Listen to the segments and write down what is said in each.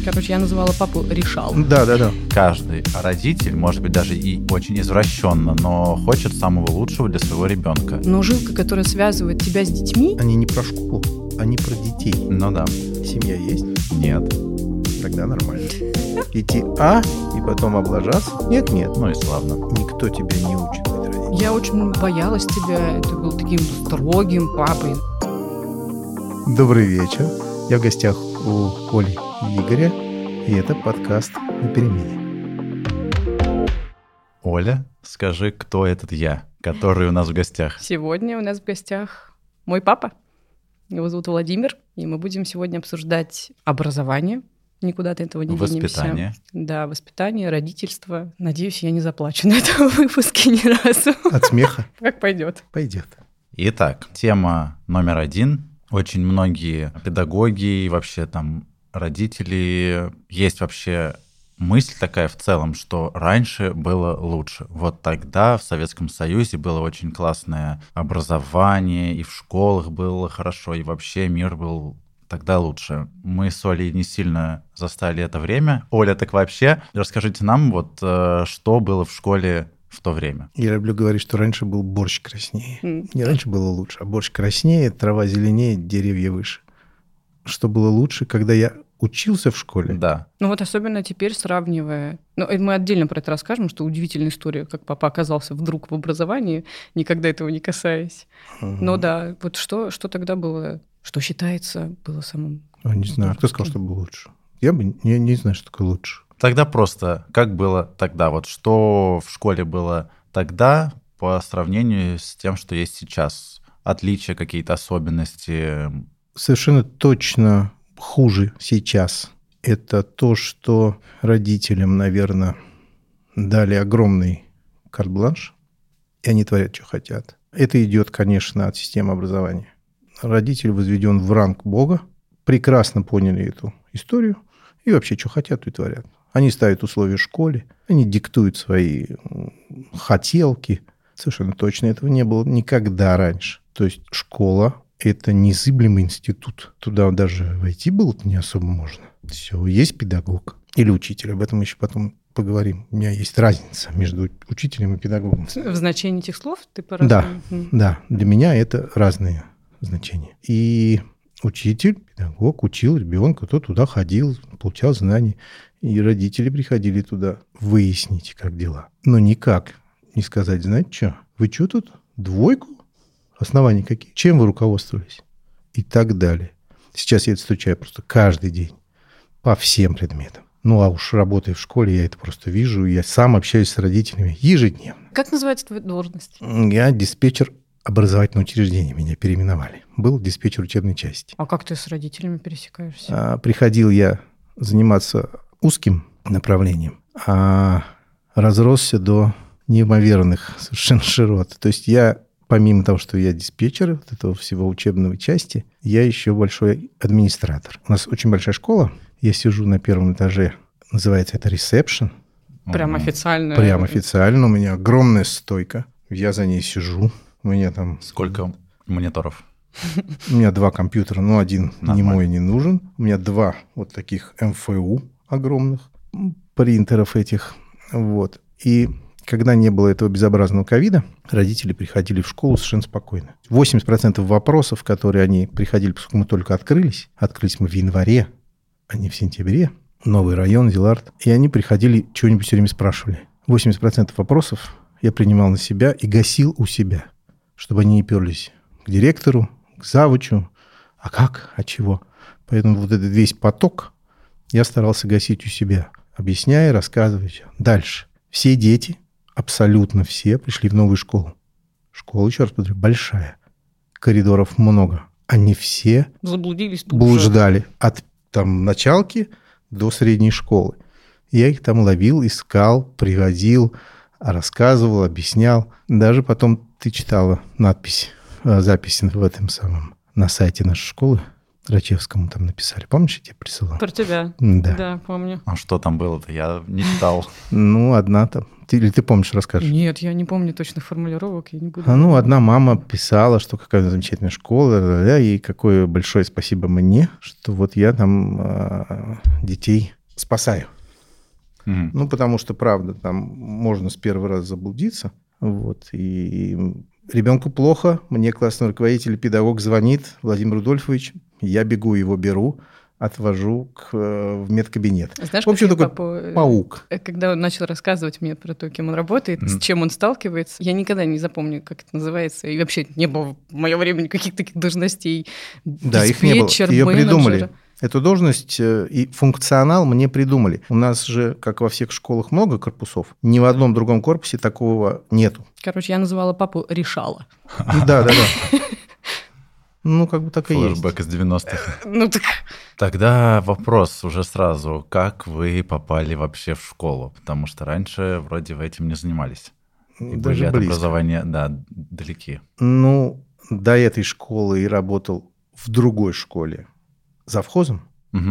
Короче, я называла папу решал. Да. Каждый родитель, может быть, даже и очень извращенно, но хочет самого лучшего для своего ребенка. Но жилка, которая связывает тебя с детьми... Они не про школу, они про детей. Ну да. Семья есть? Нет. Тогда нормально. Идти и потом облажаться? Нет. Ну и славно. Никто тебя не учит быть родителем. Я очень боялась тебя. Ты был таким строгим папой. Добрый вечер. Я в гостях у Оли и Игоря, и это подкаст «На перемене». Оля, скажи, кто этот я, который у нас в гостях? Сегодня у нас в гостях мой папа. Его зовут Владимир, и мы будем сегодня обсуждать образование. Никуда от этого не денемся. Воспитание. Да, воспитание, родительство. Надеюсь, я не заплачу на этом выпуске ни разу. От смеха? Как пойдет. Пойдет. Итак, тема номер 1. Очень многие педагоги и вообще там родители, есть вообще мысль такая в целом, что раньше было лучше. Вот тогда в Советском Союзе было очень классное образование, и в школах было хорошо, и вообще мир был тогда лучше. Мы с Олей не сильно застали это время. Оля, так вообще, расскажите нам, вот что было в школе в то время. Я люблю говорить, что раньше был борщ краснее. Не раньше было лучше, а борщ краснее, трава зеленее, деревья выше. Что было лучше, когда я учился в школе? Да. Ну вот особенно теперь сравнивая... Ну, мы отдельно про это расскажем, что удивительная история, как папа оказался вдруг в образовании, никогда этого не касаясь. Но да, вот что тогда было, что считается, было самым... Не знаю, кто сказал, что было лучше? Я не знаю, что такое лучше. Тогда просто, как было тогда? Вот что в школе было тогда по сравнению с тем, что есть сейчас? Отличия, какие-то особенности? Совершенно точно хуже сейчас. Это то, что родителям, наверное, дали огромный карт-бланш, и они творят, что хотят. Это идет, конечно, от системы образования. Родитель возведен в ранг Бога, прекрасно поняли эту историю, и вообще, что хотят, то и творят. Они ставят условия в школе, они диктуют свои хотелки. Совершенно точно этого не было никогда раньше. То есть школа – это незыблемый институт. Туда даже войти было не особо можно. Все, есть педагог или учитель. Об этом еще потом поговорим. У меня есть разница между учителем и педагогом. В значении этих слов ты по-разному? Да. Для меня это разные значения. И учитель, педагог учил ребенка, тот туда ходил, получал знания. И родители приходили туда выяснить, как дела. Но никак не сказать, знаете что, вы что тут, двойку? Основания какие? Чем вы руководствовались? И так далее. Сейчас я это встречаю просто каждый день по всем предметам. Ну, а уж работая в школе, я это просто вижу. Я сам общаюсь с родителями ежедневно. Как называется твоя должность? Я диспетчер образовательного учреждения. Меня переименовали. Был диспетчер учебной части. А как ты с родителями пересекаешься? Приходил я заниматься узким направлением, а разросся до неимоверных совершенно широт. То есть я, помимо того, что я диспетчер вот этого всего учебной части, я еще большой администратор. У нас очень большая школа. Я сижу на первом этаже, называется это ресепшн. Прям официально? Прям официально. У меня огромная стойка. Я за ней сижу. У меня там... Сколько мониторов? У меня 2 компьютера, но один Нормально. не мой, не нужен. У меня 2 вот таких МФУ огромных принтеров этих. Вот. И когда не было этого безобразного ковида, родители приходили в школу совершенно спокойно. 80% вопросов, которые они приходили, поскольку мы только открылись мы в январе, а не в сентябре, новый район, Зилард, и они приходили, что-нибудь все время спрашивали. 80% вопросов я принимал на себя и гасил у себя, чтобы они не перлись к директору, к завучу, а как, а чего. Поэтому вот этот весь поток я старался гасить у себя, объясняя, рассказывая. Дальше. Все дети, абсолютно все, пришли в новую школу. Школа, еще раз повторю, большая. Коридоров много. Они все заблудились, блуждали от там началки до средней школы. Я их там ловил, искал, приводил, рассказывал, объяснял. Даже потом ты читала запись в этом самом на сайте нашей школы. Рачевскому там написали. Помнишь, я тебе присылал? Про тебя. Да. Да, помню. А что там было-то? Я не читал. Ну, одна там. Или ты помнишь, расскажешь? Нет, я не помню точных формулировок, я не буду. Одна мама писала, что какая замечательная школа, и какое большое спасибо мне, что вот я там детей спасаю. Ну, потому что, правда, там можно с первого раза заблудиться. Вот, и ребенку плохо, мне классный руководитель, педагог звонит, Владимир Рудольфович, я бегу, его беру, отвожу в медкабинет. Знаешь, в общем, такой папу, паук. Когда он начал рассказывать мне про то, кем он работает, с чем он сталкивается, я никогда не запомню, как это называется. И вообще не было в мое время никаких таких должностей. Да, их не было. Ее придумали. Эту должность и функционал мне придумали. У нас же, как во всех школах, много корпусов. Ни в одном другом корпусе такого нету. Короче, я называла папу «решала». Да. Ну, как бы так и есть. Флэшбэк из 90-х. Ну так... Тогда вопрос уже сразу. Как вы попали вообще в школу? Потому что раньше вроде вы этим не занимались. И даже были от близко. образования, да, далеки. Ну, до этой школы и работал в другой школе завхозом.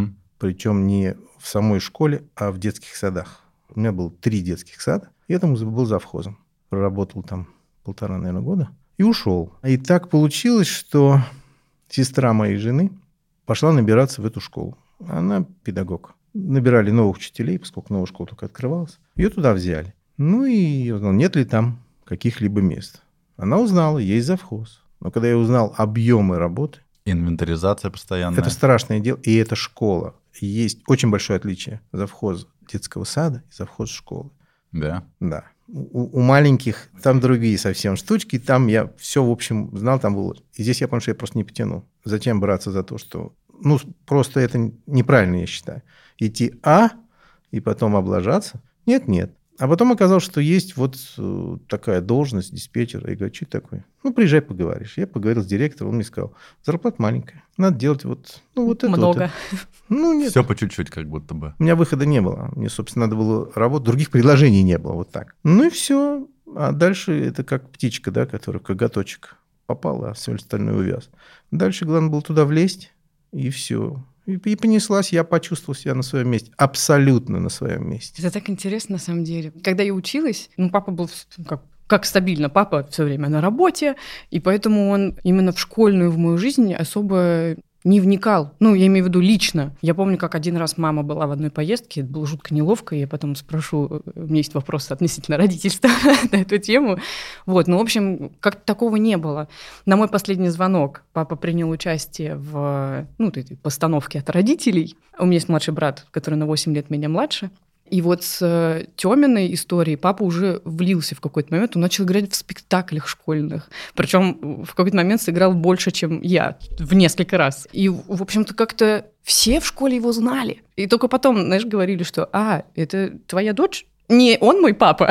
Причем не в самой школе, а в детских садах. У меня было 3 детских сада. И этому был завхозом. Проработал там 1,5, наверное, года. И ушел. И так получилось, что сестра моей жены пошла набираться в эту школу. Она педагог. Набирали новых учителей, поскольку новая школа только открывалась. Ее туда взяли. Ну и я узнал, нет ли там каких-либо мест. Она узнала, есть завхоз. Но когда я узнал объемы работы... Инвентаризация постоянная. Это страшное дело. И это школа. Есть очень большое отличие завхоза детского сада и завхоза школы. Да? Да. У маленьких там другие совсем штучки. Там я все, в общем, знал, там было. И здесь я понял, что я просто не потяну. Зачем браться за то, что... Ну, просто это неправильно, я считаю. Идти и потом облажаться. Нет. А потом оказалось, что есть вот такая должность диспетчера. Я говорю, что это такое? Ну, приезжай, поговоришь. Я поговорил с директором, он мне сказал, зарплата маленькая. Надо делать вот это. Много. Ну, нет. Все по чуть-чуть как будто бы. У меня выхода не было. Мне, собственно, надо было работать. Других предложений не было. Вот так. Ну и все. А дальше это как птичка, да, которая коготочек попала, а все остальное увяз. Дальше главное было туда влезть, и все. И понеслась, я почувствовал себя на своем месте. Абсолютно на своем месте. Это так интересно, на самом деле. Когда я училась, папа был как стабильно. Папа все время на работе, и поэтому он именно в школьную, в мою жизнь особо не вникал. Ну, я имею в виду лично. Я помню, как один раз мама была в одной поездке, это было жутко неловко, я потом спрошу, у меня есть вопросы относительно родительства на эту тему. Вот, в общем, как-то такого не было. На мой последний звонок папа принял участие в этой постановке от родителей. У меня есть младший брат, который на 8 лет меня младше. И вот с Тёминой историей папа уже влился в какой-то момент, он начал играть в спектаклях школьных. Причем в какой-то момент сыграл больше, чем я, в несколько раз. И, в общем-то, как-то все в школе его знали. И только потом, знаешь, говорили, что это твоя дочь? Не он мой папа,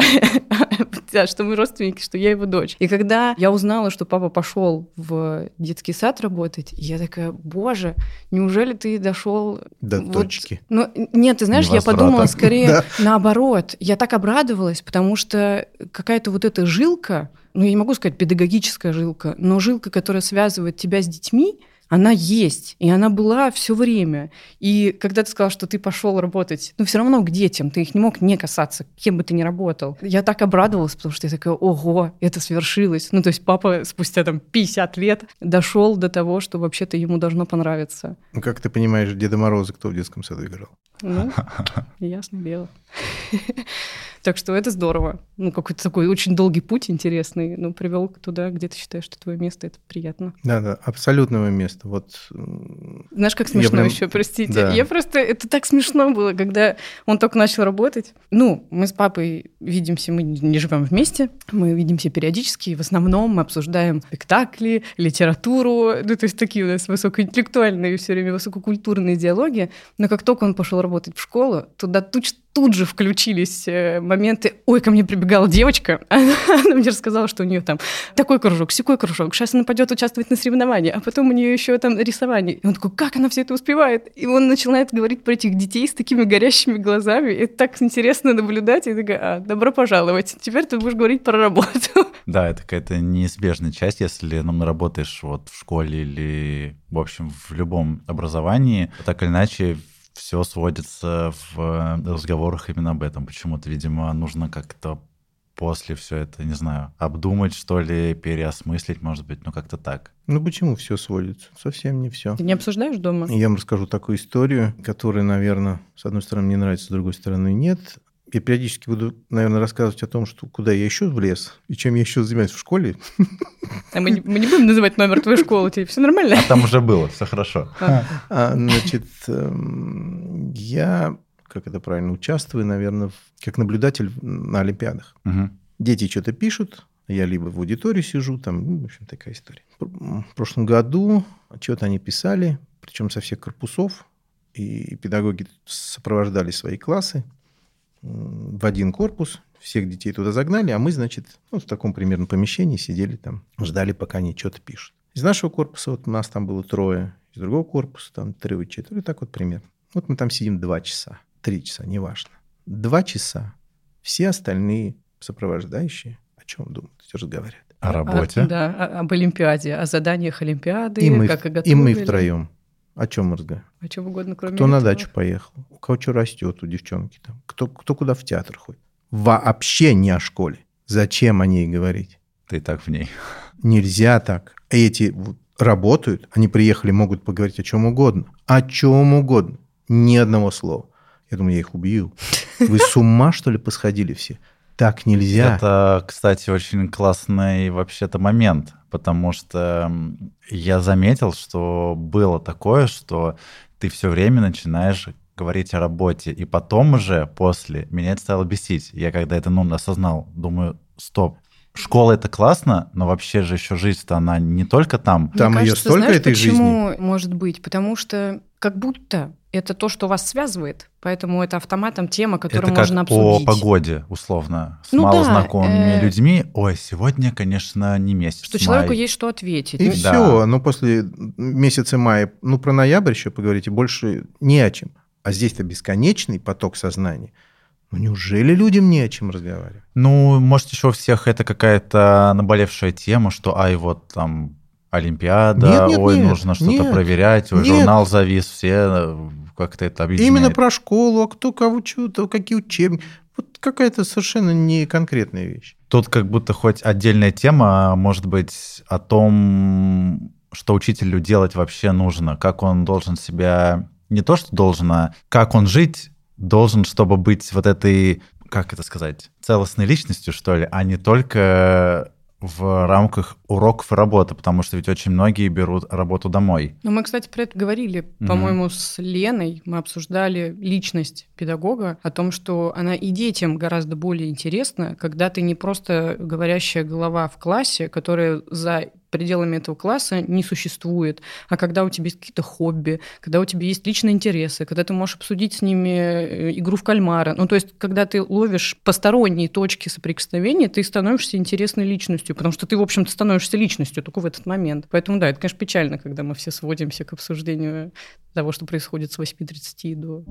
что мы родственники, что я его дочь. И когда я узнала, что папа пошел в детский сад работать, я такая, боже, неужели ты дошел до точки? Нет, ты знаешь, я подумала скорее наоборот. Я так обрадовалась, потому что какая-то вот эта жилка, я не могу сказать педагогическая жилка, но жилка, которая связывает тебя с детьми, она есть, и она была все время. И когда ты сказал, что ты пошел работать, все равно к детям, ты их не мог не касаться, кем бы ты ни работал. Я так обрадовалась, потому что я такая, ого, это свершилось. То есть папа спустя 50 лет дошел до того, что вообще-то ему должно понравиться. Как ты понимаешь, Деда Мороза кто в детском саду играл? Ясно дело. Так что это здорово. Какой-то такой очень долгий путь интересный, привел туда, где ты считаешь, что твое место, это приятно. Да, абсолютно мое место. Знаешь, как смешно еще, простите. Да. Это так смешно было, когда он только начал работать. Мы с папой видимся, мы не живем вместе, мы видимся периодически, в основном мы обсуждаем спектакли, литературу, то есть такие у нас высокоинтеллектуальные, все время высококультурные диалоги. Но как только он пошел работать в школу, туда тут же включились моменты. Ой, ко мне прибегала девочка, она мне рассказала, что у нее там такой кружок, сякой кружок, сейчас она пойдет участвовать на соревновании, а потом у нее еще там рисование. И он такой, как она все это успевает? И он начинает говорить про этих детей с такими горящими глазами. Это так интересно наблюдать. И такая, добро пожаловать. Теперь ты будешь говорить про работу. Да, это какая-то неизбежная часть, если работаешь вот в школе или, в общем, в любом образовании, так или иначе все сводится в разговорах именно об этом. Почему-то, видимо, нужно как-то после все это, не знаю, обдумать, что ли, переосмыслить, может быть, как-то так. Ну почему все сводится? Совсем не все. Ты не обсуждаешь дома? Я вам расскажу такую историю, которая, наверное, с одной стороны мне нравится, с другой стороны нет. Я периодически буду, наверное, рассказывать о том, что куда я еще влез и чем я еще занимаюсь в школе. А мы не будем называть номер твоей школы, тебе все нормально? А там уже было, все хорошо. Значит, я, как это правильно, участвую, наверное, как наблюдатель на олимпиадах. Дети что-то пишут, я либо в аудитории сижу, там, в общем, такая история. В прошлом году что-то они писали, причем со всех корпусов, и педагоги сопровождали свои классы в один корпус, всех детей туда загнали, а мы, значит, в таком примерно помещении сидели там, ждали, пока они что-то пишут. Из нашего корпуса вот у нас там было 3, из другого корпуса там 3, 4, так вот примерно. Вот мы там сидим 2 часа, 3 часа, неважно. 2 часа все остальные сопровождающие о чем думают, разговаривают. О работе. Да, об Олимпиаде, о заданиях Олимпиады, как и готовили. И мы втроем. О чем мы разговариваем? О чем угодно, кроме Кто этого. на дачу поехал, у кого что растет, у девчонки там, кто куда в театр ходит. Вообще не о школе. Зачем о ней говорить? Ты и так в ней. Нельзя так. Эти работают, они приехали, могут поговорить о чем угодно. О чем угодно. Ни одного слова. Я думаю, я их убью. Вы с ума, что ли, посходили все? Так нельзя. Это, кстати, очень классный вообще-то момент, потому что я заметил, что было такое, что ты все время начинаешь говорить о работе, и потом уже после меня это стало бесить. Я когда это осознал, думаю, стоп, школа — это классно, но вообще же еще жизнь-то она не только там. Там ее столько, знаешь, этой почему жизни. Может быть? Потому что как будто это то, что вас связывает, поэтому это автоматом тема, которую это можно как обсудить. о погоде, условно, с малознакомыми людьми. Ой, сегодня, конечно, не месяц. Что человеку есть что ответить. И Да. все. Но после месяца мая, про ноябрь еще поговорите, больше не о чем. А здесь-то бесконечный поток сознания. Неужели людям не о чем разговаривать? Может, еще у всех это какая-то наболевшая тема, что вот там Олимпиада, нет, нужно что-то проверять, журнал завис, все как-то это объединяет. Именно про школу, а кто кого что-то, какие учебники. Вот какая-то совершенно не конкретная вещь. Тут как будто хоть отдельная тема, может быть, о том, что учителю делать вообще нужно, как он должен себя, не то что должен, а как он жить должен, чтобы быть вот этой, как это сказать, целостной личностью, что ли, а не только в рамках уроков и работы, потому что ведь очень многие берут работу домой. Мы, кстати, про это говорили, по-моему, с Леной. Мы обсуждали личность педагога, о том, что она и детям гораздо более интересна, когда ты не просто говорящая голова в классе, которая за пределами этого класса не существует, а когда у тебя есть какие-то хобби, когда у тебя есть личные интересы, когда ты можешь обсудить с ними игру в кальмара. То есть, когда ты ловишь посторонние точки соприкосновения, ты становишься интересной личностью, потому что ты, в общем-то, становишься личностью только в этот момент. Поэтому, да, это, конечно, печально, когда мы все сводимся к обсуждению того, что происходит с 8:30 до...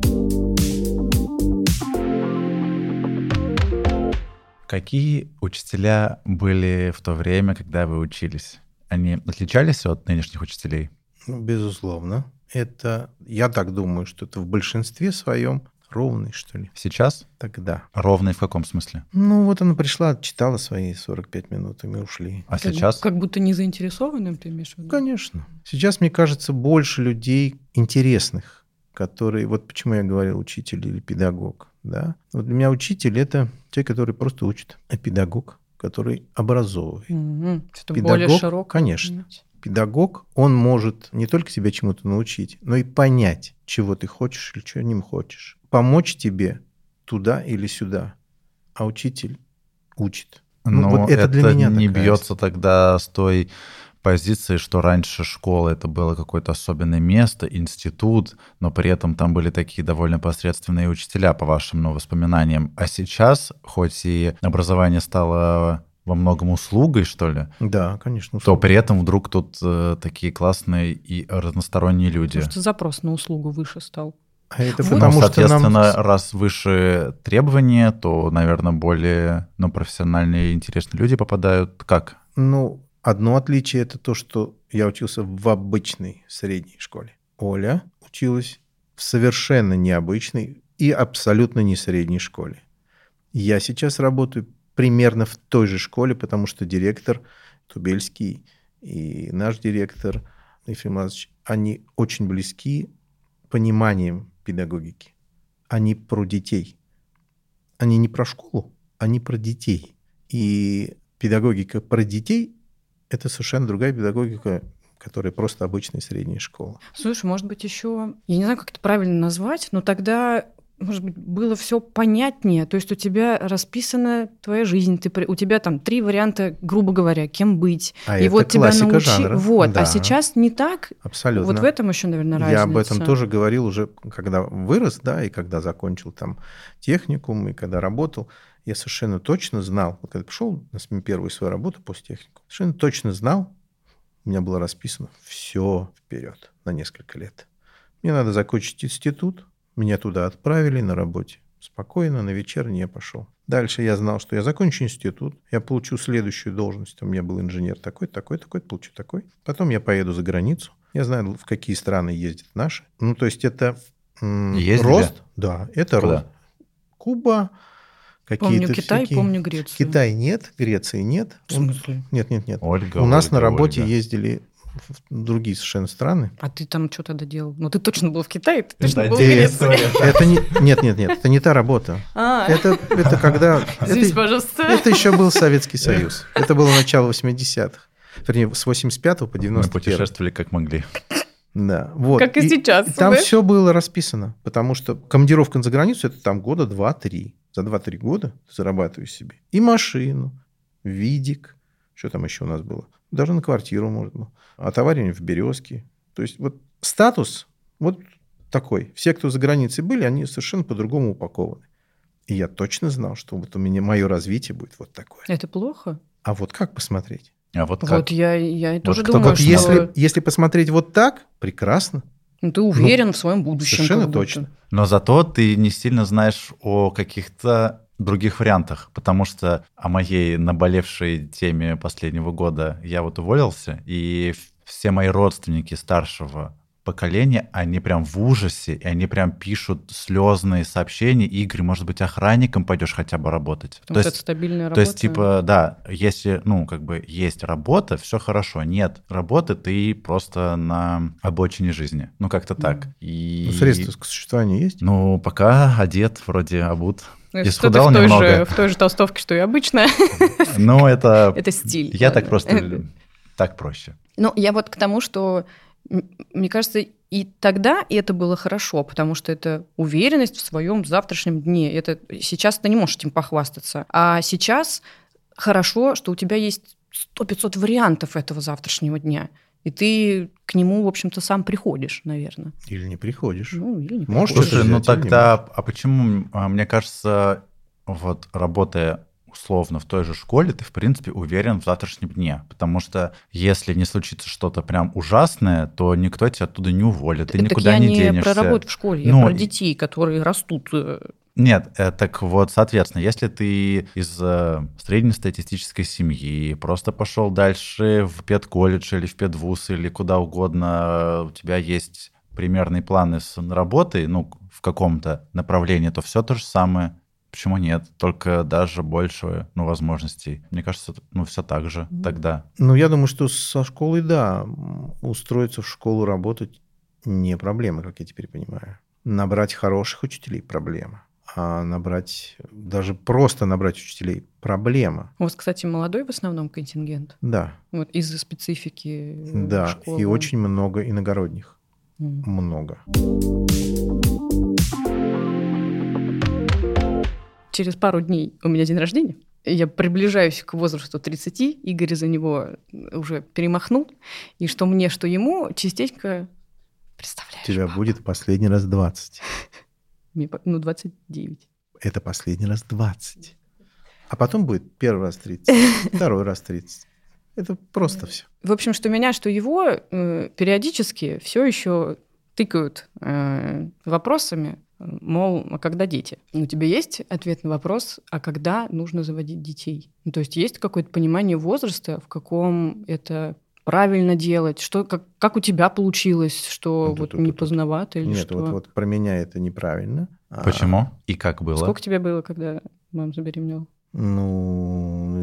Какие учителя были в то время, когда вы учились? Они отличались от нынешних учителей? Безусловно. Это, я так думаю, что это в большинстве своем ровный, что ли. Сейчас? Тогда. Ровный в каком смысле? Она пришла, читала свои 45 минут, и мы ушли. А сейчас? Как будто не заинтересованным, ты имеешь в виду? Конечно. Сейчас, мне кажется, больше людей интересных, которые... Вот почему я говорил учитель или педагог. Да? Вот для меня учитель – это человек, который просто учит, а педагог, который образовывает. Это педагог, более широко. Конечно. Педагог, он может не только тебя чему-то научить, но и понять, чего ты хочешь или чего не хочешь. Помочь тебе туда или сюда. А учитель учит. Но вот это для меня не такая... бьется тогда с той позиции, что раньше школа — это было какое-то особенное место, институт, но при этом там были такие довольно посредственные учителя, по вашим воспоминаниям. А сейчас, хоть и образование стало во многом услугой, что ли, Да, конечно. то при этом вдруг тут такие классные и разносторонние люди. Потому что запрос на услугу выше стал. А это Вот. потому, Соответственно, что нам... раз выше требования, то, наверное, более профессиональные и интересные люди попадают. Как? Ну, одно отличие — это то, что я учился в обычной средней школе. Оля училась в совершенно необычной и абсолютно не средней школе. Я сейчас работаю примерно в той же школе, потому что директор Тубельский и наш директор Ефим Лазаревич, они очень близки пониманием педагогики. Они про детей. Они не про школу, они про детей. И педагогика про детей — это совершенно другая педагогика, которая просто обычная средняя школа. Слушай, может быть, еще, я не знаю, как это правильно назвать, но тогда, может быть, было все понятнее. То есть у тебя расписана твоя жизнь, у тебя там 3 варианта, грубо говоря, кем быть. А и это вот тебя классика жанра. Вот. Да. А сейчас не так. Абсолютно. Вот в этом еще, наверное, разница. Я об этом тоже говорил уже, когда вырос, да, и когда закончил там техникум, и когда работал. Я совершенно точно знал, вот когда пришел на первую свою работу после техникума, совершенно точно знал, у меня было расписано все вперед на несколько лет. Мне надо закончить институт, меня туда отправили на работе. Спокойно, на вечерний я пошел. Дальше я знал, что я закончу институт, я получу следующую должность. У меня был инженер такой, получу такой. Потом я поеду за границу. Я знаю, в какие страны ездят наши. Ну, то есть это рост. Да, это Куда? рост. Куба, какие-то помню Китай, всякие... помню Грецию. Китай нет, Греции нет. В смысле? Нет. Ольга, У нас Ольга, на работе Ольга. ездили в другие совершенно страны. А ты там что тогда делал? Ну, ты точно был в Китае, ты точно Это был в отдельная Греции. история. Это не... Нет, это не та работа. Это когда... Извините, пожалуйста. Это еще был Советский Союз. Это было начало 80-х. Вернее, с 85 по Мы 91. путешествовали как могли. Да, вот. Как и сейчас, Там да? все было расписано, потому что командировка за границу — это там года 2-3. За 2-3 года ты зарабатываешь себе и машину, видик, что там еще у нас было, даже на квартиру можно было, отоваривание в «Березке». То есть вот статус вот такой. Все, кто за границей были, они совершенно по-другому упакованы. И я точно знал, что вот у меня мое развитие будет вот такое. Это плохо? А вот как посмотреть? А вот как? Вот я тоже кто думаю, Вот что... если посмотреть вот так, прекрасно. Ну, ты уверен в своем будущем. Совершенно как будто. точно. Но зато ты не сильно знаешь о каких-то других вариантах, потому что о моей наболевшей теме последнего года я вот уволился, и все мои родственники старшего поколения, они прям в ужасе, и они прям пишут слезные сообщения: Игорь, может быть, охранником пойдешь хотя бы работать? Потому что это стабильная работа. То есть, типа, да, если, есть работа, все хорошо. Нет работы, ты просто на обочине жизни. Ну, как-то так. И... Средства к существованию есть? Ну, пока одет, вроде обут. Ну, Исхудал что-то немного. в той же толстовке, что и обычно. Ну, это... Это стиль. Я так просто... Так проще. Ну, я вот к тому, что, мне кажется, и тогда это было хорошо, потому что это уверенность в своем завтрашнем дне. Это сейчас ты не можешь этим похвастаться. А сейчас хорошо, что у тебя есть 100-500 вариантов этого завтрашнего дня. И ты к нему, в общем-то, сам приходишь, наверное. Или не приходишь. Ну, или не Можешь приходишь. Слушай, ну взять или не тогда... А почему, мне кажется, вот работая условно в той же школе, ты, в принципе, уверен в завтрашнем дне. Потому что если не случится что-то прям ужасное, то никто тебя оттуда не уволит, ты никуда не денешься. Я не про работу в школе, я про детей, которые растут. Нет, так вот, соответственно, если ты из среднестатистической семьи просто пошел дальше в педколледж или в педвуз или куда угодно, у тебя есть примерные планы с работой, в каком-то направлении, то все то же самое. Почему нет? Только даже больше возможностей. Мне кажется, все так же тогда. Я думаю, что со школой, да, устроиться в школу работать не проблема, как я теперь понимаю. Набрать хороших учителей – проблема. А даже просто набрать учителей – проблема. У вас, кстати, молодой в основном контингент? Да. Вот из-за специфики Да, школы. и очень много иногородних. Много. Через пару дней у меня день рождения. я приближаюсь к возрасту 30, Игорь за него уже перемахнул, и что мне, что ему частенько, представляешь, У тебя папа, будет последний раз 20. мне 29. Это последний раз 20. А потом будет первый раз 30, второй раз 30. Это просто все. В общем, что меня, что его периодически все еще тыкают вопросами, мол, а когда дети? У тебя есть ответ на вопрос, а когда нужно заводить детей? Ну, то есть есть какое-то понимание возраста, в каком это правильно делать? Что, как у тебя получилось, что вот не поздновато или Нет, что? вот про меня это неправильно. Почему? И как было? Сколько тебе было, когда мама забеременела? Ну,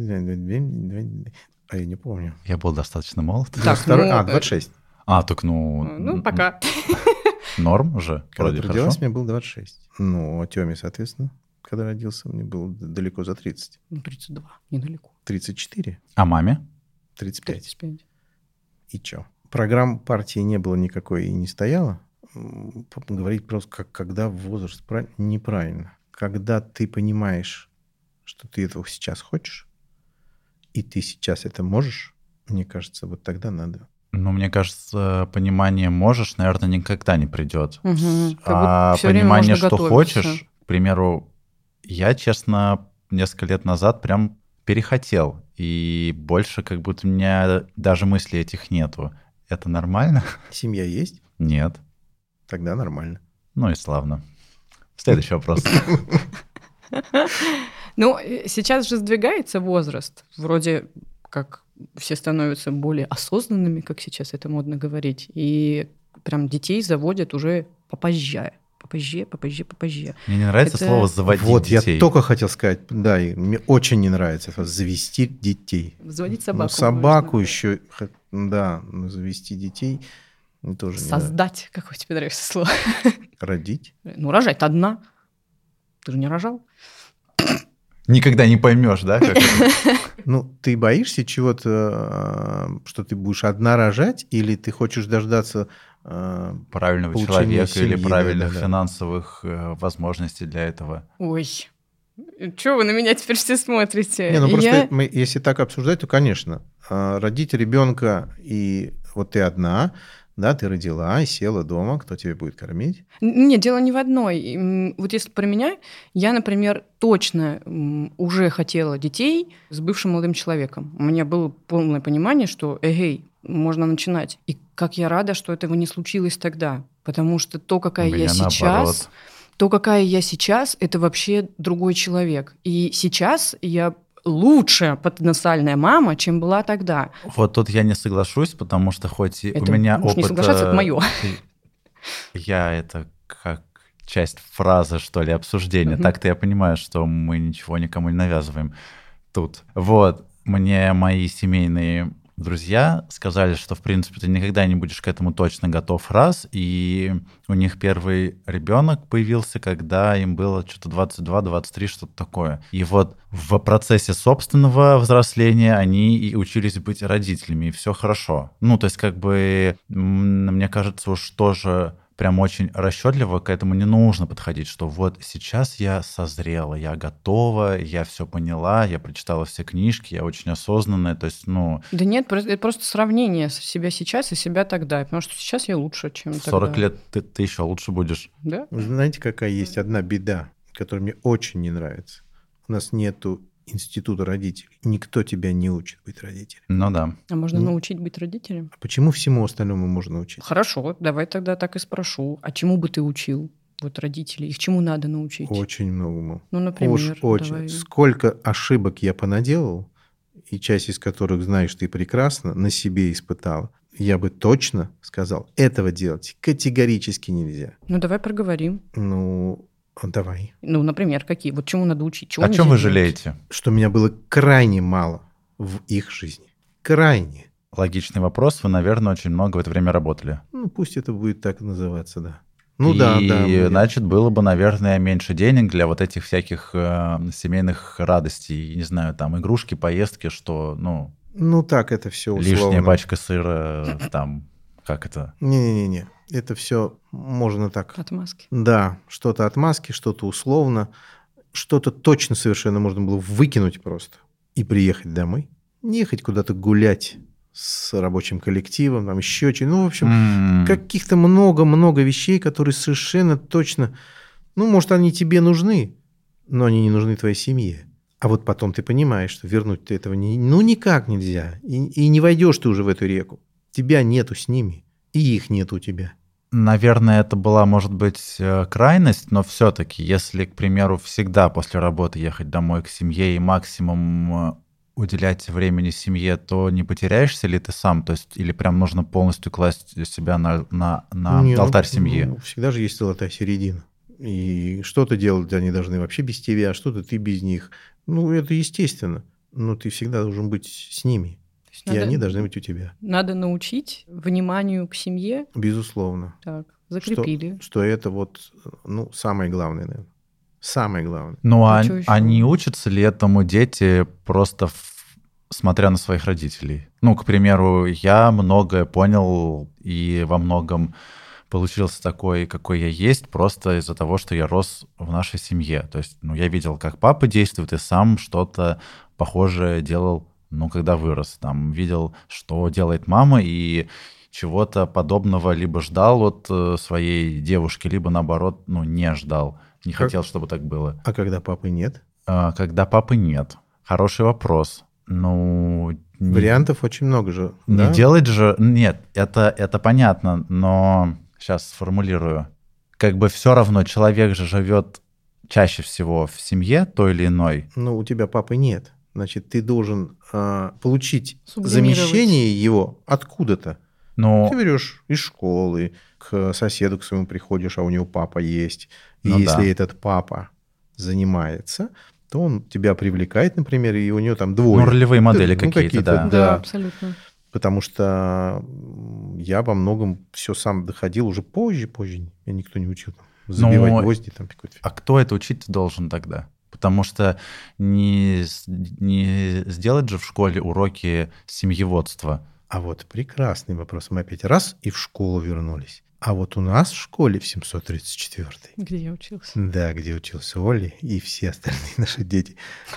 а я не помню. Я был достаточно молод. Так, 26. Так, Ну, пока. Норм же, Когда вроде ты родилась, хорошо. мне было 26. Ну, а Тёме, соответственно, когда родился, мне было далеко за 30. Ну, 32, недалеко. 34, А маме? 35. 35. И чё? Программ партии не было никакой и не стояло. Говорить просто, когда возраст неправильно. Когда ты понимаешь, что ты этого сейчас хочешь, и ты сейчас это можешь, мне кажется, вот тогда надо. Ну, мне кажется, понимание можешь, наверное, никогда не придет. А всё время понимание, можно что готовиться. хочешь, к примеру, я, честно, несколько лет назад прям перехотел, и больше как будто у меня даже мыслей этих нету. Это нормально? Семья есть? Нет. Тогда нормально. Ну и славно. Следующий вопрос. Ну, сейчас же сдвигается возраст. Вроде как все становятся более осознанными, как сейчас это модно говорить. И прям детей заводят уже попозже. Попозже. Мне не нравится Это- слово «заводить Вот, детей». я только хотел сказать, да, и мне очень не нравится это завести детей. Заводить собаку. Ну, собаку можно. еще, да, но завести детей тоже не надо. Создать. Какое тебе нравится слово? Родить. Ну, рожать-то одна. Ты же не рожал? Никогда не поймешь, да? Как это? Ну, ты боишься чего-то, что ты будешь одна рожать, или ты хочешь дождаться... Правильного Получение человека или семьи, правильных да. финансовых возможностей для этого. Ой. Чего вы на меня теперь все смотрите? Не, ну просто Я- если так обсуждать, то, конечно, родить ребенка, и вот ты одна, да, ты родила и села дома, кто тебе будет кормить? Нет, дело не в одной. Вот если про меня, я, например, точно уже хотела детей с бывшим молодым человеком. У меня было полное понимание, что, эгей, можно начинать. И как я рада, что этого не случилось тогда. Потому что то, какая У меня я сейчас, наоборот. это вообще другой человек. И сейчас я лучшая потенциальная мама, чем была тогда. Вот тут я не соглашусь, потому что хоть и Это у меня можешь не опыт... соглашаться, это моё. Я это как часть фразы, что ли, обсуждения. Мгм. Так-то я понимаю, что мы ничего никому не навязываем тут. Вот, мне мои семейные друзья сказали, что, в принципе, ты никогда не будешь к этому точно готов раз, и у них первый ребенок появился, когда им было что-то 22-23, что-то такое. И вот в процессе собственного взросления они и учились быть родителями, и все хорошо. Ну, то есть, как бы, мне кажется, уж тоже прям очень расчетливо к этому не нужно подходить, что вот сейчас я созрела, я готова, я все поняла, я прочитала все книжки, я очень осознанная, то есть, ну, Да нет, это просто сравнение себя сейчас и себя тогда. Потому что сейчас я лучше, чем в тогда. 40 лет ты еще лучше будешь. Да? Вы знаете, какая есть одна беда, которая мне очень не нравится? У нас нету института родителей. Никто тебя не учит быть родителем. Ну да. А можно Ну. научить быть родителем? А почему всему остальному можно учить? Хорошо, давай тогда так и спрошу. А чему бы ты учил вот родителей? Их чему надо научить? Очень многому. Ну, например, Уж очень. давай. Сколько ошибок я понаделал, и часть из которых, знаешь ты прекрасно, на себе испытала, я бы точно сказал, этого делать категорически нельзя. Ну, давай проговорим. Ну, давай. Ну, например, какие? Вот чему надо учить? Чего О чем нельзя вы делать? жалеете? Что меня было крайне мало в их жизни. Крайне. Логичный вопрос. Вы, наверное, очень много в это время работали. Ну, пусть это будет так называться, да. Ну и, да. значит, было бы, наверное, меньше денег для вот этих всяких семейных радостей. Не знаю, там, игрушки, поездки, что, ну, Ну так, это все условно. лишняя пачка сыра, там, как это? Не-не-не. Это все можно так. Отмазки. Да, что-то отмазки, что-то условно. что-то точно совершенно можно было выкинуть просто и приехать домой, не ехать куда-то гулять с рабочим коллективом, там еще что-нибудь. Ну, в общем, каких-то много-много вещей, которые совершенно точно... Ну, может, они тебе нужны, но они не нужны твоей семье. А вот потом ты понимаешь, что вернуть ты этого никак нельзя. И не войдешь ты уже в эту реку. Тебя нету с ними, и их нету у тебя. Наверное, это была, может быть, крайность, но все-таки, если, к примеру, всегда после работы ехать домой к семье и максимум уделять времени семье, то не потеряешься ли ты сам? То есть, или прям нужно полностью класть себя на алтарь семьи? Всегда же есть золотая середина. И что-то делать они должны вообще без тебя, а что-то ты без них. Ну, это естественно. Но ты всегда должен быть с ними. И они должны быть у тебя. Надо научить вниманию к семье. Безусловно. Так, закрепили. Что это вот, самое главное, наверное. Самое главное. Ну, а не учатся ли этому дети просто смотря на своих родителей? Ну, к примеру, я многое понял и во многом получился такой, какой я есть, просто из-за того, что я рос в нашей семье. То есть, я видел, как папа действует, и сам что-то похожее делал, когда вырос. Там видел, что делает мама, и чего-то подобного либо ждал от своей девушки, либо наоборот, не ждал. Не хотел, чтобы так было. А когда папы нет? Когда папы нет. Хороший вопрос. Вариантов очень много же. Не делать же... Нет, это понятно, но... Сейчас сформулирую. Как бы все равно человек же живет чаще всего в семье той или иной. Но у тебя папы нет. Значит, ты должен получить замещение его откуда-то. Ты берешь из школы, к соседу к своему приходишь, а у него папа есть. И если этот папа занимается, то он тебя привлекает, например, и у него там двое. Ролевые модели какие-то, да. Да, абсолютно. Потому что я во многом все сам доходил уже позже. Меня никто не учил забивать гвозди. Там, а кто это учить должен тогда? Потому что не сделать же в школе уроки семьеводства. А вот прекрасный вопрос. Мы опять раз и в школу вернулись. А вот у нас в школе в 734-й. Где я учился. Да, где учился Оля и все остальные наши дети.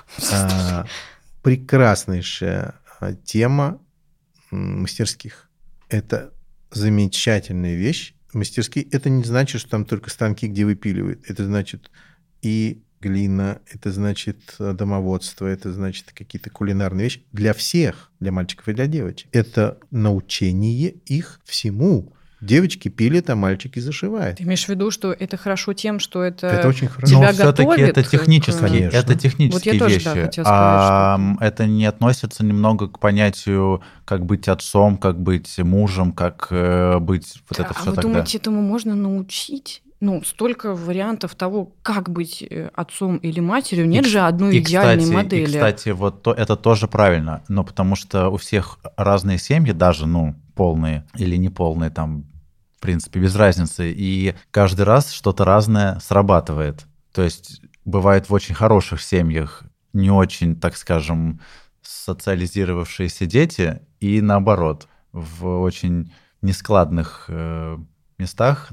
Прекраснейшая тема мастерских. Это замечательная вещь. Мастерские — это не значит, что там только станки, где выпиливают. Это значит и глина, это значит домоводство, это значит какие-то кулинарные вещи для всех, для мальчиков и для девочек. Это научение их всему. Девочки пилят, а мальчики зашивают. Ты имеешь в виду, что это хорошо тем, что это очень хорошо. Но все-таки это технические, это технические вот я вещи. Тоже, да, хотела сказать, что... Это не относится немного к понятию, как быть отцом, как быть мужем, как быть вот это все вы тогда. Думаете, этому можно научить? Столько вариантов того, как быть отцом или матерью. Нет же одной идеальной модели. И, кстати, вот это тоже правильно. Но потому что у всех разные семьи, даже, полные или неполные, там, в принципе, без разницы. И каждый раз что-то разное срабатывает. То есть бывает в очень хороших семьях не очень, так скажем, социализировавшиеся дети, и наоборот, в очень нескладных местах,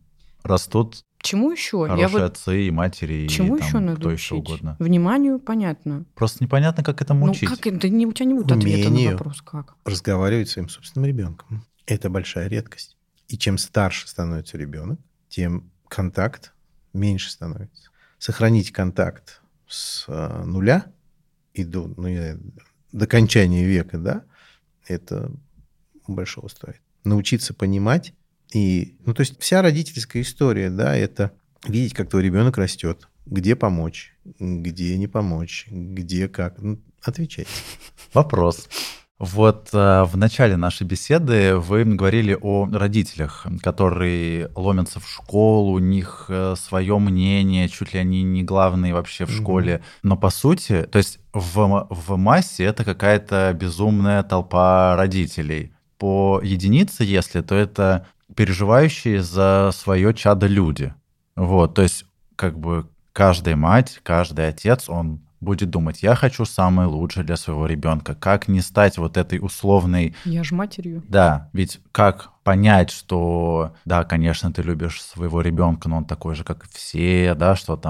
растут Чему еще? Хорошие отцы и матери, Чему и еще надо кто учить? еще угодно. Вниманию понятно. Просто непонятно, как этому учить. Как это? У тебя не будет ответа на вопрос, как. Разговаривать с своим собственным ребенком. Это большая редкость. И чем старше становится ребенок, тем контакт меньше становится. Сохранить контакт с нуля и до окончания века, это большого стоит. Научиться понимать. И, то есть вся родительская история, это видеть, как твой ребенок растет, где помочь, где не помочь, где как. Отвечайте. Вопрос. Вот в начале нашей беседы вы говорили о родителях, которые ломятся в школу, у них свое мнение, чуть ли они не главные вообще в школе. Но по сути, то есть в массе это какая-то безумная толпа родителей. По единице, если, то это переживающие за свое чадо люди. Вот, то есть как бы каждая мать, каждый отец, он будет думать, я хочу самое лучшее для своего ребенка. Как не стать вот этой условной... Я же матерью. Да, ведь как понять, что, да, конечно, ты любишь своего ребенка, но он такой же, как и все, да, что там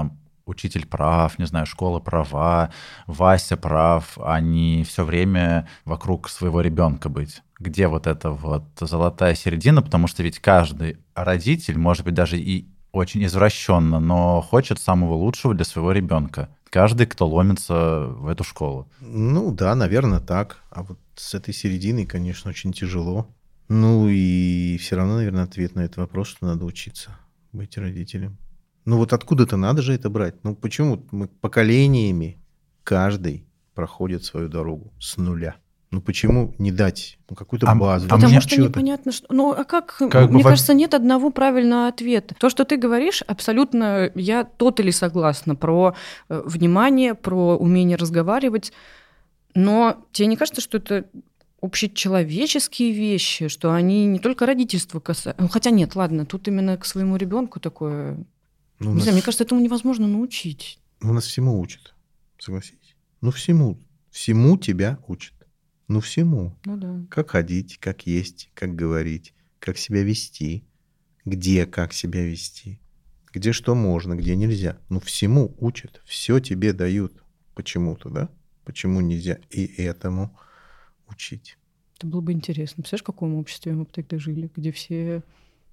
учитель прав, не знаю, школа права, Вася прав, а не все время вокруг своего ребенка быть. Где вот эта вот золотая середина, потому что ведь каждый родитель, может быть, даже и очень извращенно, но хочет самого лучшего для своего ребенка. Каждый, кто ломится в эту школу. Ну да, наверное, так. А вот с этой серединой, конечно, очень тяжело. Ну и все равно, наверное, ответ на этот вопрос, что надо учиться быть родителем. Ну вот откуда-то надо же это брать. Ну почему мы поколениями каждый проходит свою дорогу с нуля? Ну почему не дать какую-то базу? Потому что непонятно, что... Ну а как мне кажется, нет одного правильного ответа. То, что ты говоришь, абсолютно я тотали согласна про внимание, про умение разговаривать. Но тебе не кажется, что это общечеловеческие вещи, что они не только родительства касаются? Ну, хотя нет, ладно, тут именно к своему ребенку такое... Ну, не знаю, мне кажется, этому невозможно научить. У нас всему учат, согласитесь. Ну всему. Всему тебя учат. Ну, всему. Ну, да. Как ходить, как есть, как говорить, как себя вести, где как себя вести, где что можно, где нельзя. Ну, всему учат, все тебе дают почему-то, да? Почему нельзя и этому учить? Это было бы интересно. Представляешь, в каком обществе мы бы тогда жили, где все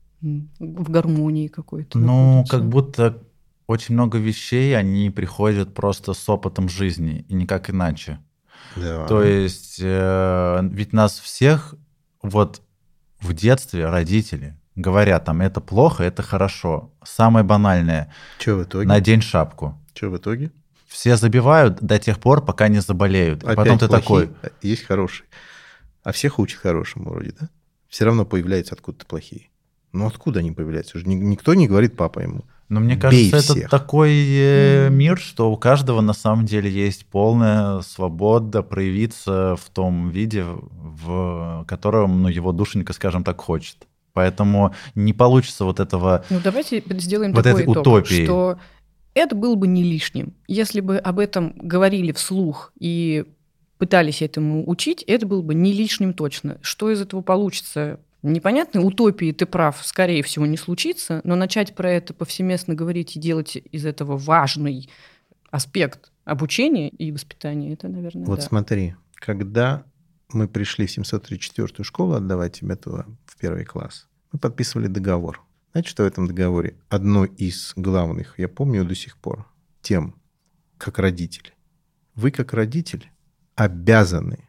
в гармонии какой-то находятся? Как будто очень много вещей, они приходят просто с опытом жизни, и никак иначе. Да. То есть ведь нас всех вот в детстве родители говорят, там, это плохо, это хорошо. Самое банальное. Что в итоге? Надень шапку. Что в итоге? Все забивают до тех пор, пока не заболеют. Опять и потом ты плохие, такой... Есть хорошие. А всех учат хорошему вроде, да? Все равно появляются откуда-то плохие. Ну откуда они появляются? Уже никто не говорит папа ему. Но мне кажется, это такой мир, что у каждого на самом деле есть полная свобода проявиться в том виде, в котором его душенька, скажем так, хочет. Поэтому не получится вот этого... Ну давайте сделаем вот такой этой итог, утопии. Что это было бы не лишним. Если бы об этом говорили вслух и пытались этому учить, это было бы не лишним точно. Что из этого получится? Непонятно, утопии, ты прав, скорее всего, не случится, но начать про это повсеместно говорить и делать из этого важный аспект обучения и воспитания, это, наверное, Вот смотри, когда мы пришли в 734-ю школу отдавать тебя туда, в 1 класс, мы подписывали договор. Знаете, что в этом договоре? Одно из главных, я помню до сих пор, тем, как родители. Вы, как родитель, обязаны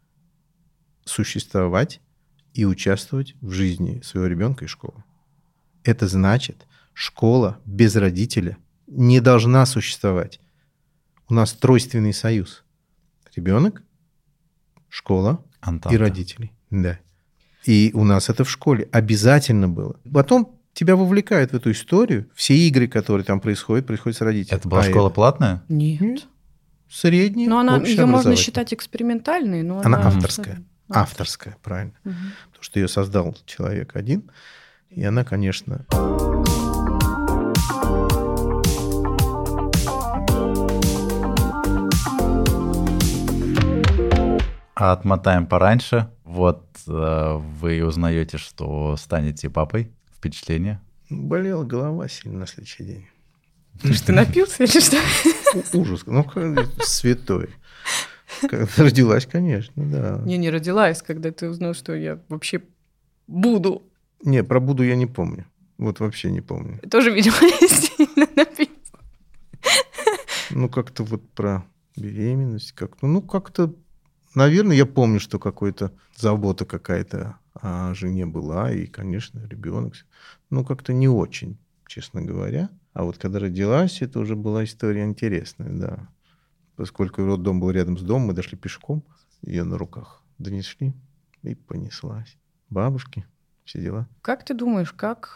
существовать и участвовать в жизни своего ребенка и школы. Это значит, школа без родителя не должна существовать. У нас тройственный союз. Ребенок, школа и родители. Да. И у нас это в школе обязательно было. Потом тебя вовлекают в эту историю. Все игры, которые там происходят с родителями. Это была школа платная? Нет. Средняя. Но ее можно считать экспериментальной, но она авторская. Авторская, правильно. Угу. Потому что ее создал человек один. И она, конечно... А отмотаем пораньше. Вот вы узнаете, что станете папой. Впечатление? Болела голова сильно на следующий день. Ты что, напился или что? Ужас. Ну, святой. Когда родилась, конечно, да. Не родилась, когда ты узнал, что я вообще буду. Не, про буду я не помню. Вот вообще не помню. Тоже, видимо, сильно напился. Ну, как-то вот про беременность. Как-то, наверное, я помню, что какая-то забота какая-то о жене была. И, конечно, ребенок. Ну, как-то не очень, честно говоря. А вот когда родилась, это уже была история интересная, да. Поскольку роддом был рядом с домом, мы дошли пешком, ее на руках донесли и понеслась. Бабушки, все дела. Как ты думаешь,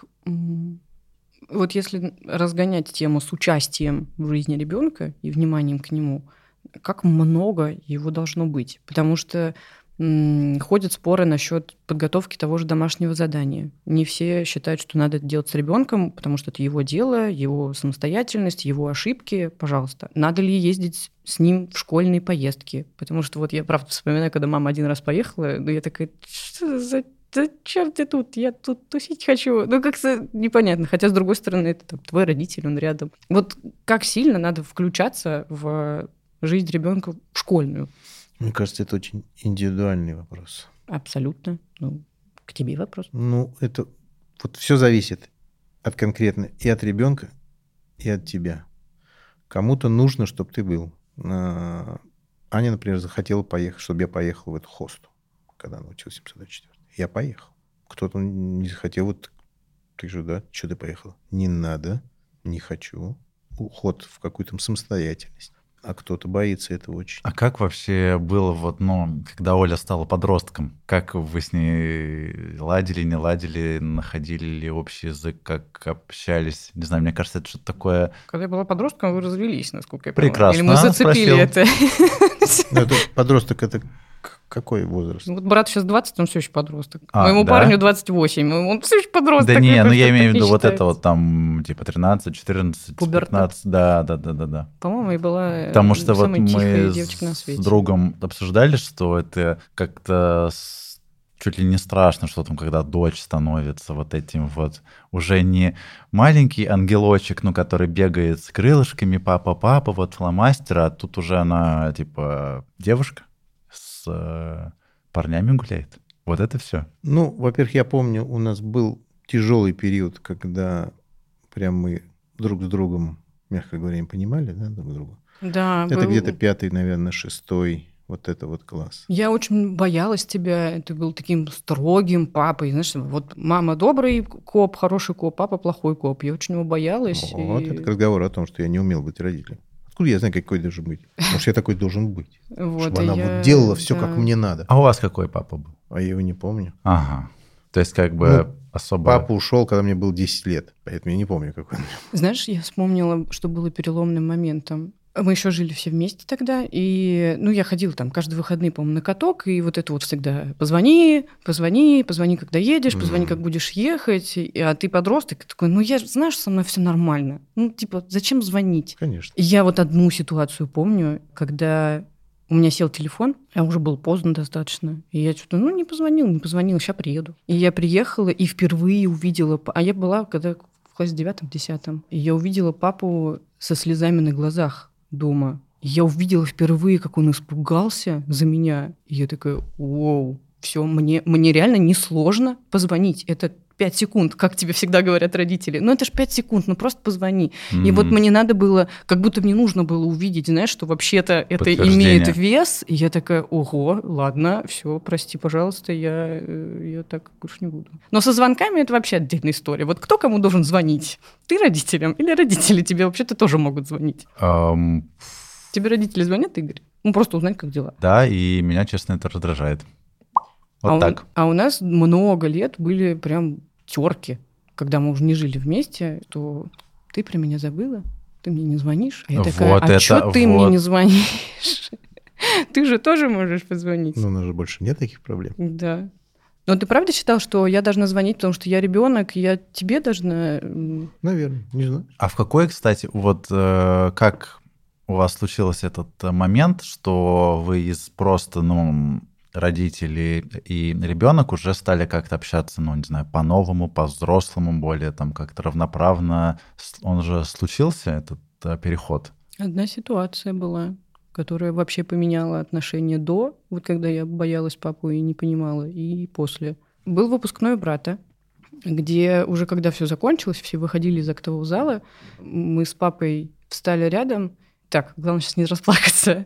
вот если разгонять тему с участием в жизни ребенка и вниманием к нему, как много его должно быть? Потому что ходят споры насчет подготовки того же домашнего задания. Не все считают, что надо это делать с ребенком, потому что это его дело, его самостоятельность, его ошибки. Пожалуйста. Надо ли ездить с ним в школьные поездки? Потому что вот я, правда, вспоминаю, когда мама один раз поехала, я такая, что за да чем ты тут? Я тут тусить хочу. Ну, как-то непонятно. Хотя, с другой стороны, это там, твой родитель, он рядом. Вот как сильно надо включаться в жизнь ребенка школьную? Мне кажется, это очень индивидуальный вопрос. Абсолютно. Ну, к тебе вопрос. Ну, это вот все зависит от конкретно и от ребенка, и от тебя. Кому-то нужно, чтобы ты был. Аня, например, захотела поехать, чтобы я поехал в эту хосту, когда она училась в 724. Я поехал. Кто-то не захотел. Вот ты же, да? Что ты поехала? Не надо, не хочу. Уход в какую-то самостоятельность. А кто-то боится этого очень. А как вообще было, вот, ну, когда Оля стала подростком? Как вы с ней ладили, не ладили, находили ли общий язык, как общались? Не знаю, мне кажется, это что-то такое... Когда я была подростком, вы развелись, насколько я поняла. Прекрасно. Или мы зацепили это? Ну, это подросток, это какой возраст? Вот брат сейчас 20, он все еще подросток. А, Моему да? парню 28, он все еще подросток. Да не, ну я имею в виду вот это это вот там, типа 13, 14, Пубертат. 15, да. По-моему, я была Потому что вот самая тихая мы девочка на с свете. другом обсуждали, что это как-то чуть ли не страшно, что там, когда дочь становится вот этим вот уже не маленький ангелочек, ну, который бегает с крылышками, папа, вот фломастер, а тут уже она, типа, девушка с парнями гуляет. Вот это все. Ну, во-первых, я помню, у нас был тяжелый период, когда прям мы друг с другом, мягко говоря, не понимали, да, друг друга. Да, Это где-то 5-й, наверное, 6-й, вот это вот класс. Я очень боялась тебя. Ты был таким строгим папой. Знаешь, вот мама добрый коп, хороший коп, папа плохой коп. Я очень его боялась. Вот это разговор о том, что я не умел быть родителем. Откуда я знаю, какой должен быть? Может, я такой должен быть? Вот, Чтобы она вот делала все, как мне надо. А у вас какой папа был? А я его не помню. Ага. То есть как бы Ну, особо... Папа ушел, когда мне было 10 лет, поэтому я не помню, какой он. Знаешь, я вспомнила, что было переломным моментом. Мы еще жили все вместе тогда, и, ну, я ходила там каждые выходные, по-моему, на каток, и вот это вот всегда позвони, когда едешь, позвони, как будешь ехать, а ты подросток, и такой, ну, я, знаешь, со мной все нормально, ну, типа, зачем звонить? Конечно. И я вот одну ситуацию помню, когда у меня сел телефон, а уже было поздно достаточно, и я что-то, ну, не позвонила, сейчас приеду. И я приехала и впервые увидела, а я была когда в классе 9-10, и я увидела папу со слезами на глазах дома. Я увидела впервые, как он испугался за меня. И я такая, вау, все, мне реально несложно позвонить. Это 5 секунд, как тебе всегда говорят родители. Ну, это ж 5 секунд, ну просто позвони. И вот мне надо было, как будто мне нужно было увидеть, знаешь, что вообще-то это имеет вес. И я такая, ого, ладно, все, прости, пожалуйста, я так больше не буду. Но со звонками это вообще отдельная история. Вот кто кому должен звонить? Ты родителям или родители тебе вообще-то тоже могут звонить? Тебе родители звонят, Игорь? Ну, просто узнать, как дела. Да, и меня, честно, это раздражает. Вот так. А у нас много лет были прям терки, когда мы уже не жили вместе, что ты про меня забыла, ты мне не звонишь. А я такая, а что ты мне не звонишь? Ты же тоже можешь позвонить. Ну, у нас же больше нет таких проблем. Да. Но ты правда считал, что я должна звонить, потому что я ребенок, и я тебе должна... Наверное, не знаю. А в какой, кстати, вот как у вас случился этот момент, что вы из просто, ну, родители и ребенок уже стали как-то общаться, ну, не знаю, по-новому, по-взрослому, более там как-то равноправно. Он же случился, этот переход? Одна ситуация была, которая вообще поменяла отношение до, вот когда я боялась папу и не понимала, и после. Был выпускной брата, где уже когда все закончилось, все выходили из актового зала, мы с папой встали рядом. Так, главное сейчас не расплакаться.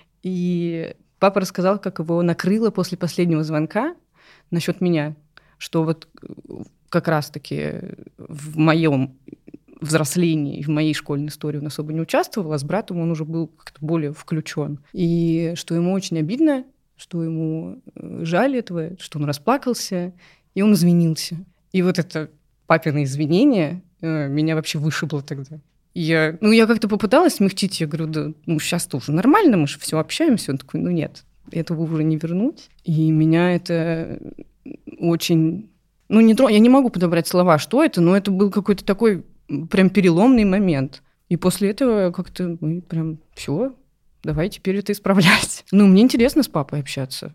И папа рассказал, как его накрыло после последнего звонка насчет меня, что вот как раз-таки в моем взрослении, в моей школьной истории он особо не участвовал, а с братом он уже был как-то более включен. И что ему очень обидно, что ему жаль этого, что он расплакался, и он извинился. И вот это папино извинение меня вообще вышибло тогда. Я как-то попыталась смягчить, я говорю, да, ну, сейчас-то уже нормально, мы же все общаемся. Он такой, ну, нет, этого уже не вернуть. И меня это очень... Ну, я не могу подобрать слова, что это, но это был какой-то такой прям переломный момент. И после этого как-то мы прям все, давай теперь это исправлять. Ну, мне интересно с папой общаться.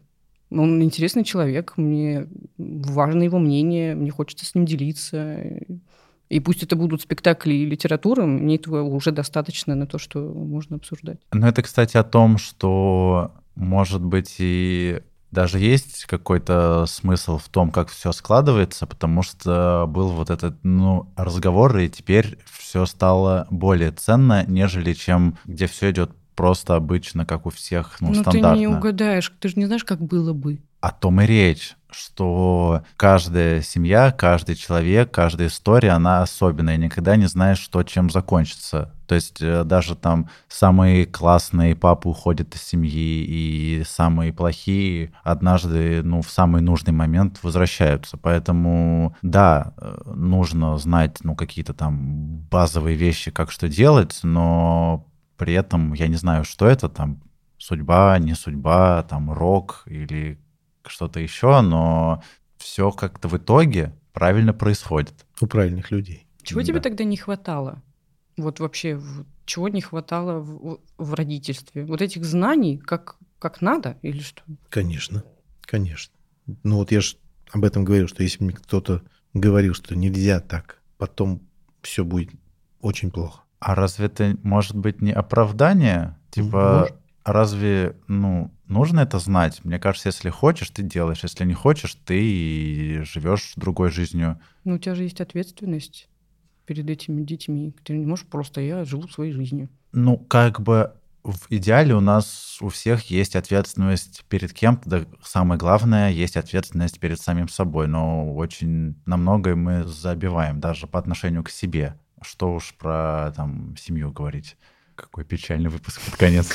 Он интересный человек, мне важно его мнение, мне хочется с ним делиться. И пусть это будут спектакли и литература, мне этого уже достаточно на то, что можно обсуждать. Ну, это, кстати, о том, что, может быть, и даже есть какой-то смысл в том, как все складывается, потому что был вот этот, разговор, и теперь все стало более ценно, нежели чем где все идет просто обычно, как у всех, стандартно. Ты не угадаешь, ты же не знаешь, как было бы. О том и речь, что каждая семья, каждый человек, каждая история, она особенная, и никогда не знаешь, что чем закончится. То есть даже там самые классные папы уходят из семьи, и самые плохие однажды, в самый нужный момент возвращаются. Поэтому, да, нужно знать, какие-то там базовые вещи, как что делать, но при этом я не знаю, что это там, судьба, не судьба, там рок или что-то еще, но все как-то в итоге правильно происходит. У правильных людей. Чего тебе тогда не хватало? Вот вообще, чего не хватало в родительстве? Вот этих знаний, как надо или что? Конечно. Я же об этом говорил, что если мне кто-то говорил, что нельзя так, потом все будет очень плохо. А разве это может быть не оправдание? Разве, нужно это знать? Мне кажется, если хочешь, ты делаешь. Если не хочешь, ты живешь другой жизнью. У тебя же есть ответственность перед этими детьми. Ты не можешь просто, я живу своей жизнью. В идеале у нас у всех есть ответственность перед кем-то. Да, самое главное, есть ответственность перед самим собой. Но очень на многое мы забиваем, даже по отношению к себе. Что уж про семью говорить. Какой печальный выпуск под конец.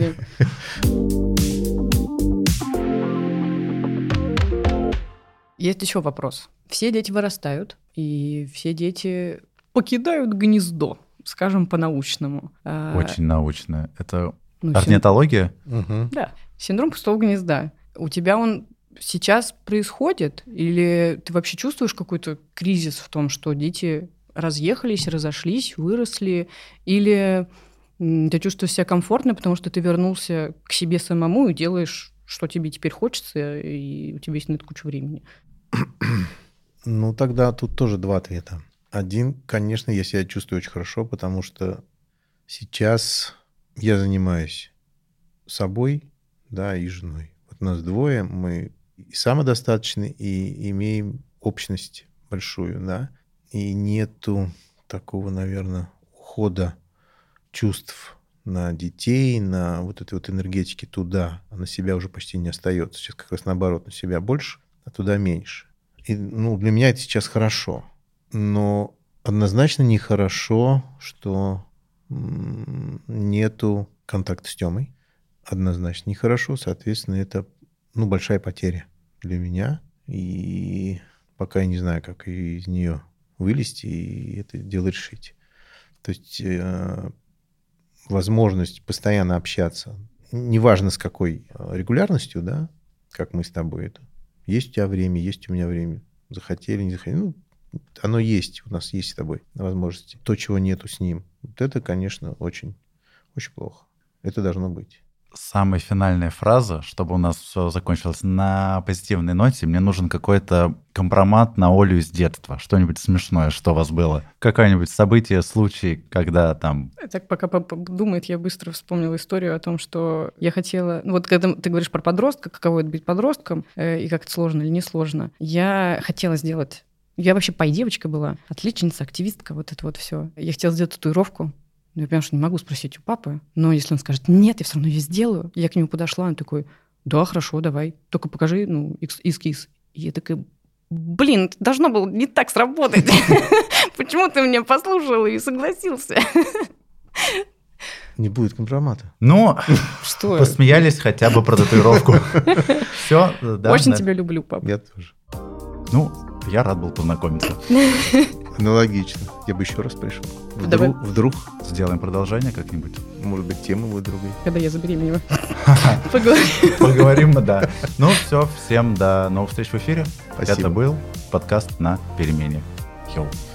Есть еще вопрос. Все дети вырастают, и все дети покидают гнездо, скажем по-научному. Очень научно. Это орнитология? Да. Синдром пустого гнезда. У тебя он сейчас происходит? Или ты вообще чувствуешь какой-то кризис в том, что дети разъехались, разошлись, выросли? Или ты чувствуешь себя комфортно, потому что ты вернулся к себе самому и делаешь, что тебе теперь хочется, и у тебя есть на это куча времени? Тогда тут тоже два ответа. Один, конечно, я себя чувствую очень хорошо, потому что сейчас я занимаюсь собой, да, и женой. Вот нас двое, мы и самодостаточны, и имеем общность большую, да, и нету такого, наверное, ухода чувств на детей, на вот этой вот энергетики туда, а на себя уже почти не остается. Сейчас как раз наоборот, на себя больше, а туда меньше. И, для меня это сейчас хорошо. Но однозначно нехорошо, что нету контакта с Тёмой. Однозначно нехорошо. Соответственно, это большая потеря для меня. И пока я не знаю, как из нее вылезти и это дело решить. То есть возможность постоянно общаться, неважно с какой регулярностью, да, как мы с тобой это. Есть у тебя время, есть у меня время. Захотели, не захотели. Оно есть, у нас есть с тобой возможности. То, чего нету с ним. Вот это, конечно, очень, очень плохо. Это должно быть. Самая финальная фраза, чтобы у нас все закончилось на позитивной ноте. Мне нужен какой-то компромат на Олю из детства. Что-нибудь смешное, что у вас было. Какое-нибудь событие, случай, когда там... Так, пока папа думает, я быстро вспомнила историю о том, что я хотела... когда ты говоришь про подростка, каково это быть подростком, и как это сложно или не сложно, я хотела сделать... Я вообще пай-девочка была, отличница, активистка, вот это вот все. Я хотела сделать татуировку. Я понимаю, что не могу спросить у папы, но если он скажет, нет, я все равно ее сделаю, я к нему подошла, он такой, да, хорошо, давай, только покажи, эскиз. И я такая, это должно было не так сработать. Почему ты меня послушал и согласился? Не будет компромата. Что? Посмеялись хотя бы про татуировку. Все, да. Очень тебя люблю, папа. Я тоже. Я рад был познакомиться. Аналогично. Я бы еще раз пришел. Вдруг сделаем продолжение как-нибудь. Может быть, тема будет другой. Когда я забеременела. Поговорим, да. Все, всем до новых встреч в эфире. Спасибо. Это был подкаст «На перемене». Йоу.